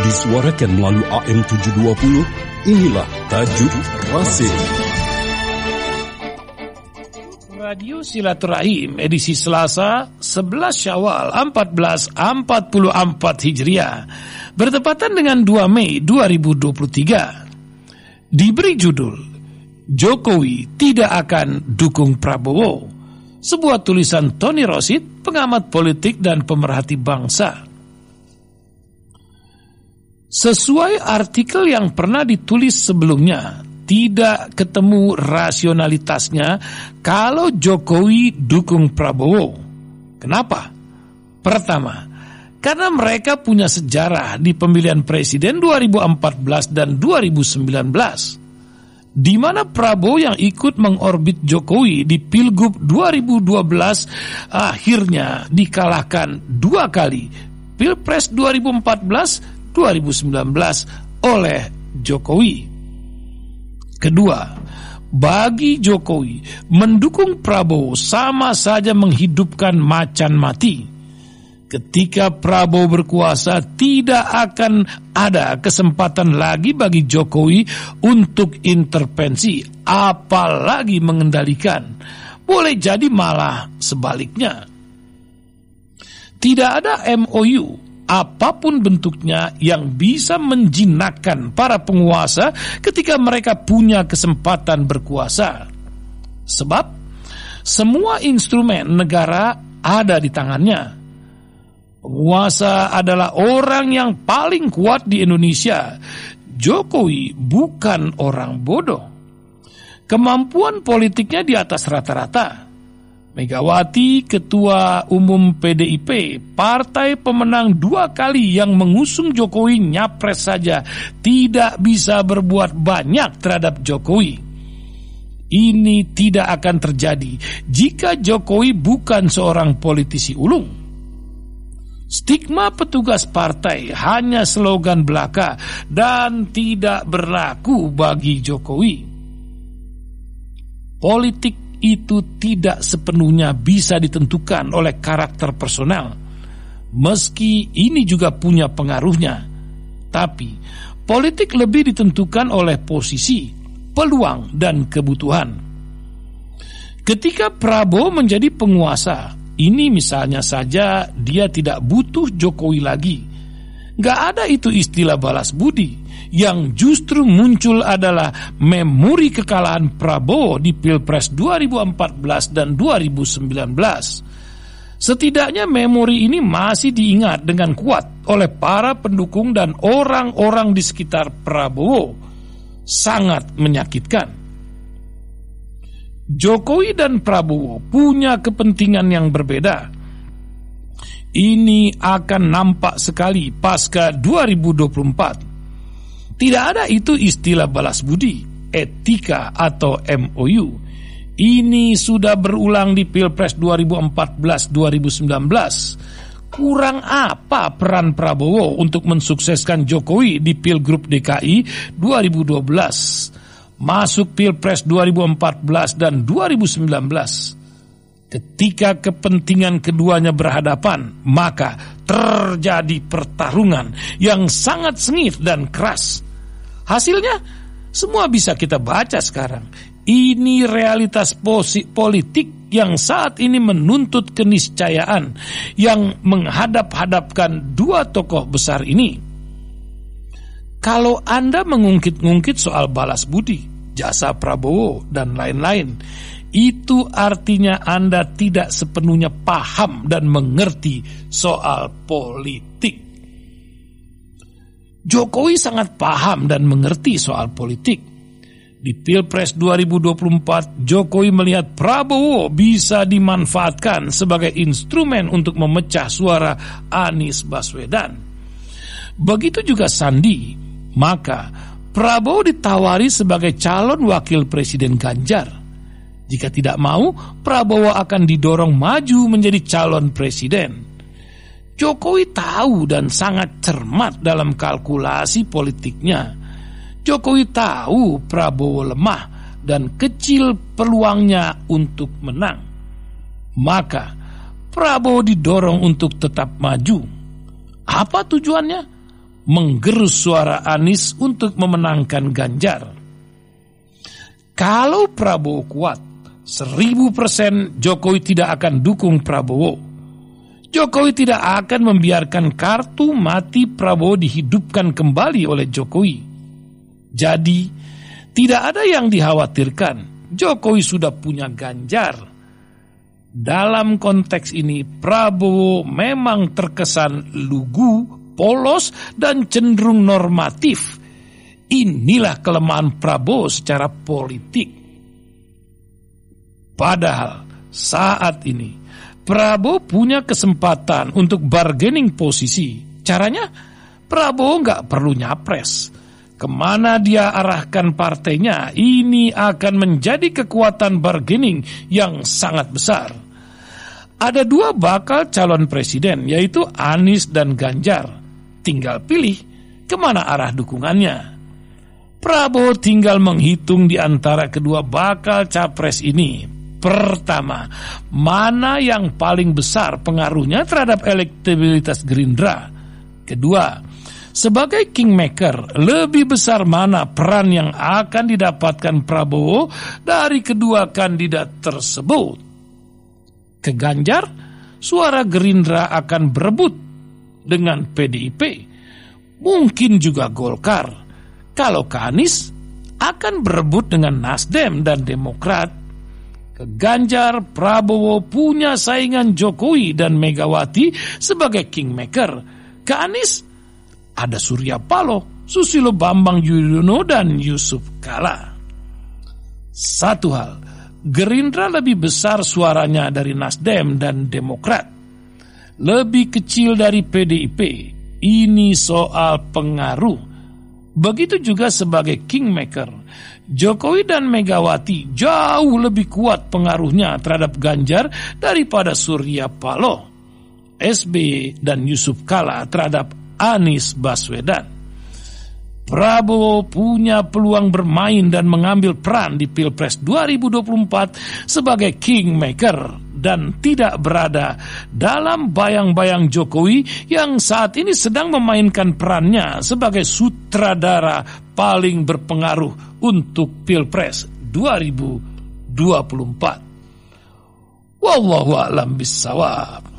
disuarakan melalui AM 720, inilah Tajuk Rasim. Radio Silaturahim edisi Selasa 11 Syawal 1444 Hijriah bertepatan dengan 2 Mei 2023. Diberi judul Jokowi tidak akan dukung Prabowo, sebuah tulisan Tony Rosid, pengamat politik dan pemerhati bangsa. Sesuai artikel yang pernah ditulis sebelumnya, tidak ketemu rasionalitasnya kalau Jokowi dukung Prabowo. Kenapa? Pertama, karena mereka punya sejarah di pemilihan presiden 2014 dan 2019, di mana Prabowo yang ikut mengorbit Jokowi di Pilgub 2012 akhirnya dikalahkan 2 kali, Pilpres 2014, 2019 oleh Jokowi. Kedua, bagi Jokowi, mendukung Prabowo sama saja menghidupkan macan mati. Ketika Prabowo berkuasa, tidak akan ada kesempatan lagi bagi Jokowi untuk intervensi, apalagi mengendalikan. Boleh jadi malah sebaliknya. Tidak ada MOU, apapun bentuknya, yang bisa menjinakkan para penguasa ketika mereka punya kesempatan berkuasa. Sebab semua instrumen negara ada di tangannya. Penguasa adalah orang yang paling kuat di Indonesia. Jokowi bukan orang bodoh. Kemampuan politiknya di atas rata-rata. Megawati, Ketua Umum PDIP, partai pemenang 2 kali yang mengusung Jokowi nyapres saja, tidak bisa berbuat banyak terhadap Jokowi. Ini tidak akan terjadi jika Jokowi bukan seorang politisi ulung. Stigma petugas partai hanya slogan belaka dan tidak berlaku bagi Jokowi. Politik itu tidak sepenuhnya bisa ditentukan oleh karakter personal, meski ini juga punya pengaruhnya. Tapi politik lebih ditentukan oleh posisi, peluang, dan kebutuhan. Ketika Prabowo menjadi penguasa, ini misalnya saja dia tidak butuh Jokowi lagi. Gak ada itu istilah balas budi. Yang justru muncul adalah memori kekalahan Prabowo di Pilpres 2014 dan 2019. Setidaknya memori ini masih diingat dengan kuat oleh para pendukung dan orang-orang di sekitar Prabowo. Sangat menyakitkan. Jokowi dan Prabowo punya kepentingan yang berbeda. Ini akan nampak sekali pasca 2024. Tidak ada itu istilah balas budi, etika, atau MOU. Ini sudah berulang di Pilpres 2014-2019. Kurang apa peran Prabowo untuk mensukseskan Jokowi di Pilgub DKI 2012? Masuk Pilpres 2014 dan 2019. Ketika kepentingan keduanya berhadapan, maka terjadi pertarungan yang sangat sengit dan keras. Hasilnya semua bisa kita baca sekarang. Ini realitas politik yang saat ini menuntut keniscayaan, yang menghadap-hadapkan 2 tokoh besar ini. Kalau Anda mengungkit-ungkit soal balas budi, jasa Prabowo, dan lain-lain, itu artinya Anda tidak sepenuhnya paham dan mengerti soal politik. Jokowi sangat paham dan mengerti soal politik. Di Pilpres 2024, Jokowi melihat Prabowo bisa dimanfaatkan sebagai instrumen untuk memecah suara Anies Baswedan. Begitu juga Sandi. Maka Prabowo ditawari sebagai calon wakil presiden Ganjar. Jika tidak mau, Prabowo akan didorong maju menjadi calon presiden. Jokowi tahu dan sangat cermat dalam kalkulasi politiknya. Jokowi tahu Prabowo lemah dan kecil peluangnya untuk menang. Maka Prabowo didorong untuk tetap maju. Apa tujuannya? menggerus suara Anies untuk memenangkan Ganjar. Kalau Prabowo kuat, 1000% Jokowi tidak akan dukung Prabowo. Jokowi tidak akan membiarkan kartu mati Prabowo dihidupkan kembali oleh Jokowi. Jadi, tidak ada yang dikhawatirkan. Jokowi sudah punya Ganjar. Dalam konteks ini, Prabowo memang terkesan lugu, polos, dan cenderung normatif. Inilah kelemahan Prabowo secara politik. Padahal saat ini Prabowo punya kesempatan untuk bargaining posisi. Caranya, Prabowo nggak perlu nyapres. Kemana dia arahkan partainya, ini akan menjadi kekuatan bargaining yang sangat besar. Ada 2 bakal calon presiden, yaitu Anies dan Ganjar. Tinggal pilih kemana arah dukungannya. Prabowo tinggal menghitung di antara kedua bakal capres ini. Pertama, mana yang paling besar pengaruhnya terhadap elektabilitas Gerindra? Kedua, sebagai kingmaker, lebih besar mana peran yang akan didapatkan Prabowo dari kedua kandidat tersebut? Ke Ganjar, suara Gerindra akan berebut dengan PDIP, mungkin juga Golkar. Kalau ke Anies, akan berebut dengan Nasdem dan Demokrat. Ke Ganjar, Prabowo punya saingan Jokowi dan Megawati sebagai kingmaker. Ke Anies, ada Surya Paloh, Susilo Bambang Yudhoyono, dan Yusuf Kala. Satu hal, Gerindra lebih besar suaranya dari Nasdem dan Demokrat. Lebih kecil dari PDIP. Ini soal pengaruh. Begitu juga sebagai kingmaker, Jokowi dan Megawati jauh lebih kuat pengaruhnya terhadap Ganjar daripada Surya Paloh, SBY, dan Yusuf Kala terhadap Anies Baswedan. Prabowo punya peluang bermain dan mengambil peran di Pilpres 2024 sebagai kingmaker dan tidak berada dalam bayang-bayang Jokowi yang saat ini sedang memainkan perannya sebagai sutradara paling berpengaruh untuk Pilpres 2024. Wallahu a'lam bishawab.